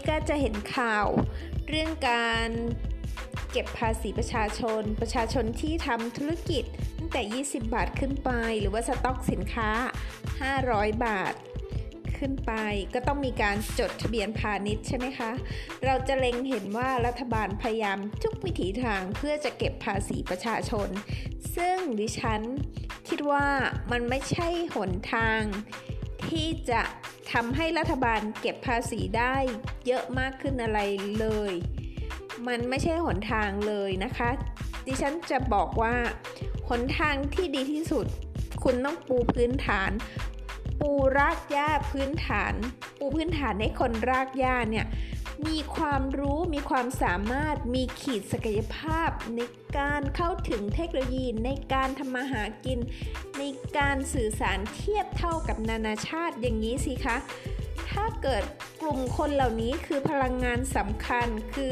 ก็จะเห็นข่าวเรื่องการเก็บภาษีประชาชนที่ทำธุรกิจตั้งแต่20 บาทขึ้นไปหรือว่าสต็อกสินค้า500 บาทขึ้นไปก็ต้องมีการจดทะเบียนพาณิชย์ใช่ไหมคะเราจะเล็งเห็นว่ารัฐบาลพยายามทุกวิถีทางเพื่อจะเก็บภาษีประชาชนซึ่งดิฉันคิดว่ามันไม่ใช่หนทางที่จะทำให้รัฐบาลเก็บภาษีได้เยอะมากขึ้นอะไรเลยมันไม่ใช่หนทางเลยนะคะดิฉันจะบอกว่าหนทางที่ดีที่สุดคุณต้องปูพื้นฐานรากหญ้าปูพื้นฐานให้คนรากหญ้าเนี่ยมีความรู้มีความสามารถมีขีดศักยภาพในการเข้าถึงเทคโนโลยีในการทำมาหากินในการสื่อสารเทียบเท่ากับนานาชาติอย่างนี้สิคะถ้าเกิดกลุ่มคนเหล่านี้คือพลังงานสำคัญ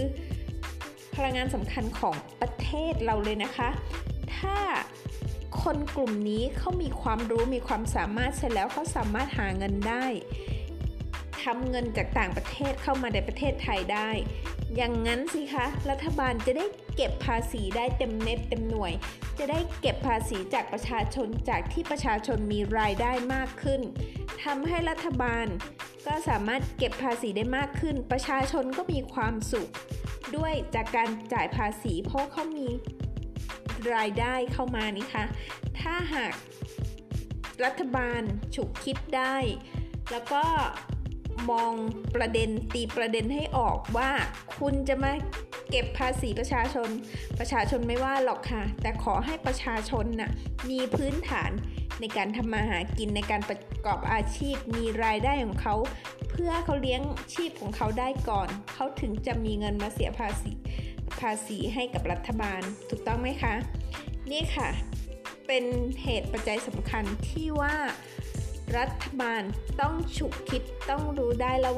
ของประเทศเราเลยนะคะถ้าคนกลุ่มนี้เขามีความรู้มีความสามารถเสร็จแล้วเขาสามารถหาเงินได้ทำเงินจากต่างประเทศเข้ามาในประเทศไทยได้อย่างนั้นสิคะรัฐบาลจะได้เก็บภาษีได้เต็มเม็ดเต็มหน่วยจะได้เก็บภาษีจากประชาชนจากที่ประชาชนมีรายได้มากขึ้นทำให้รัฐบาลก็สามารถเก็บภาษีได้มากขึ้นประชาชนก็มีความสุขด้วยจากการจ่ายภาษีเพราะเขามีรายได้เข้ามานี่ค่ะถ้าหากรัฐบาลฉุกคิดได้แล้วก็มองตีประเด็นให้ออกว่าคุณจะมาเก็บภาษีประชาชนไม่ว่าหรอกค่ะแต่ขอให้ประชาชนน่ะมีพื้นฐานในการทำมาหากินในการประกอบอาชีพมีรายได้ของเขาเพื่อเขาเลี้ยงชีพของเขาได้ก่อนเขาถึงจะมีเงินมาเสียภาษีให้กับรัฐบาลถูกต้องไหมคะนี่ค่ะเป็นเหตุปัจจัยสำคัญที่ว่ารัฐบาลต้องฉุกคิดต้องรู้ได้แล้ว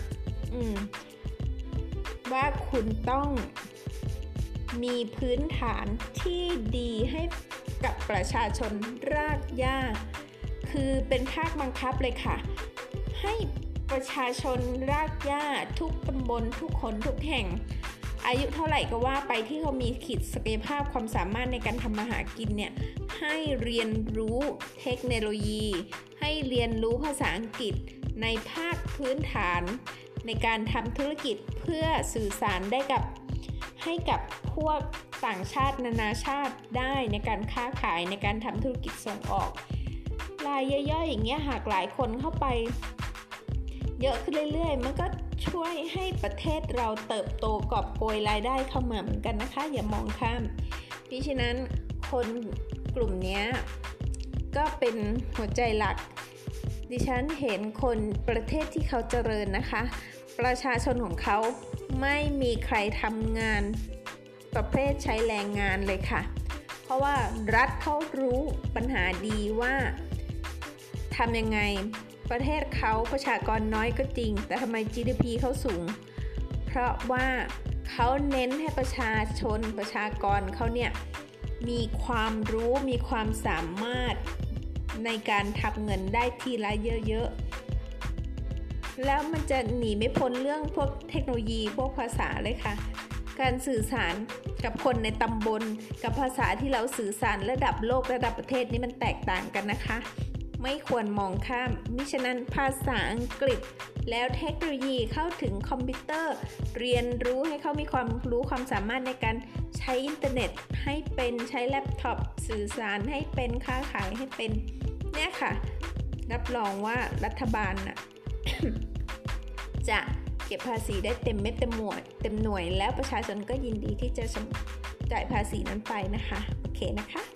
ว่าคุณต้องมีพื้นฐานที่ดีให้กับประชาชนรากหญ้าคือเป็นภาคบังคับเลยค่ะให้ประชาชนรากหญ้าทุกตำบลทุกคนทุกแห่งอายุเท่าไหร่ก็ว่าไปที่เขามีขีดศักยภาพความสามารถในการทำมาหากินเนี่ยให้เรียนรู้เทคโนโลยีให้เรียนรู้ภาษาอังกฤษในภาคพื้นฐานในการทำธุรกิจเพื่อสื่อสารได้ให้กับพวกต่างชาตินานาชาติได้ในการค้าขายในการทำธุรกิจส่งออกรายย่อยๆอย่างเงี้ยหากหลายคนเข้าไปเยอะขึ้นเรื่อยๆมันก็ช่วยให้ประเทศเราเติบโตกอบโกยรายได้เข้ามาเหมือนกันนะคะอย่ามองข้ามเพราะฉะนั้นคนกลุ่มนี้ก็เป็นหัวใจหลักดิฉันเห็นคนประเทศที่เขาเจริญนะคะประชาชนของเขาไม่มีใครทำงานประเภทใช้แรงงานเลยค่ะเพราะว่ารัฐเขารู้ปัญหาดีว่าทำยังไงประเทศเขาประชากรน้อยก็จริงแต่ทำไม GDP เขาสูงเพราะว่าเขาเน้นให้ประชากรเขาเนี่ยมีความรู้มีความสามารถในการทำเงินได้ทีละเยอะๆแล้วมันจะหนีไม่พ้นเรื่องพวกเทคโนโลยีพวกภาษาเลยค่ะการสื่อสารกับคนในตำบลกับภาษาที่เราสื่อสารระดับโลกระดับประเทศนี่มันแตกต่างกันนะคะไม่ควรมองข้ามมิฉะนั้นภาษาอังกฤษแล้วเทคโนโลยีเข้าถึงคอมพิวเตอร์เรียนรู้ให้เขามีความรู้ความสามารถในการใช้อินเทอร์เน็ตให้เป็นใช้แล็ปท็อปสื่อสารให้เป็นค้าขายให้เป็นเนี่ยค่ะรับรองว่ารัฐบาลน่ะ จะเก็บภาษีได้เต็มเม็ดเต็มหน่วยแล้วประชาชนก็ยินดีที่จะจ่ายภาษีนั้นไปนะคะโอเคนะคะ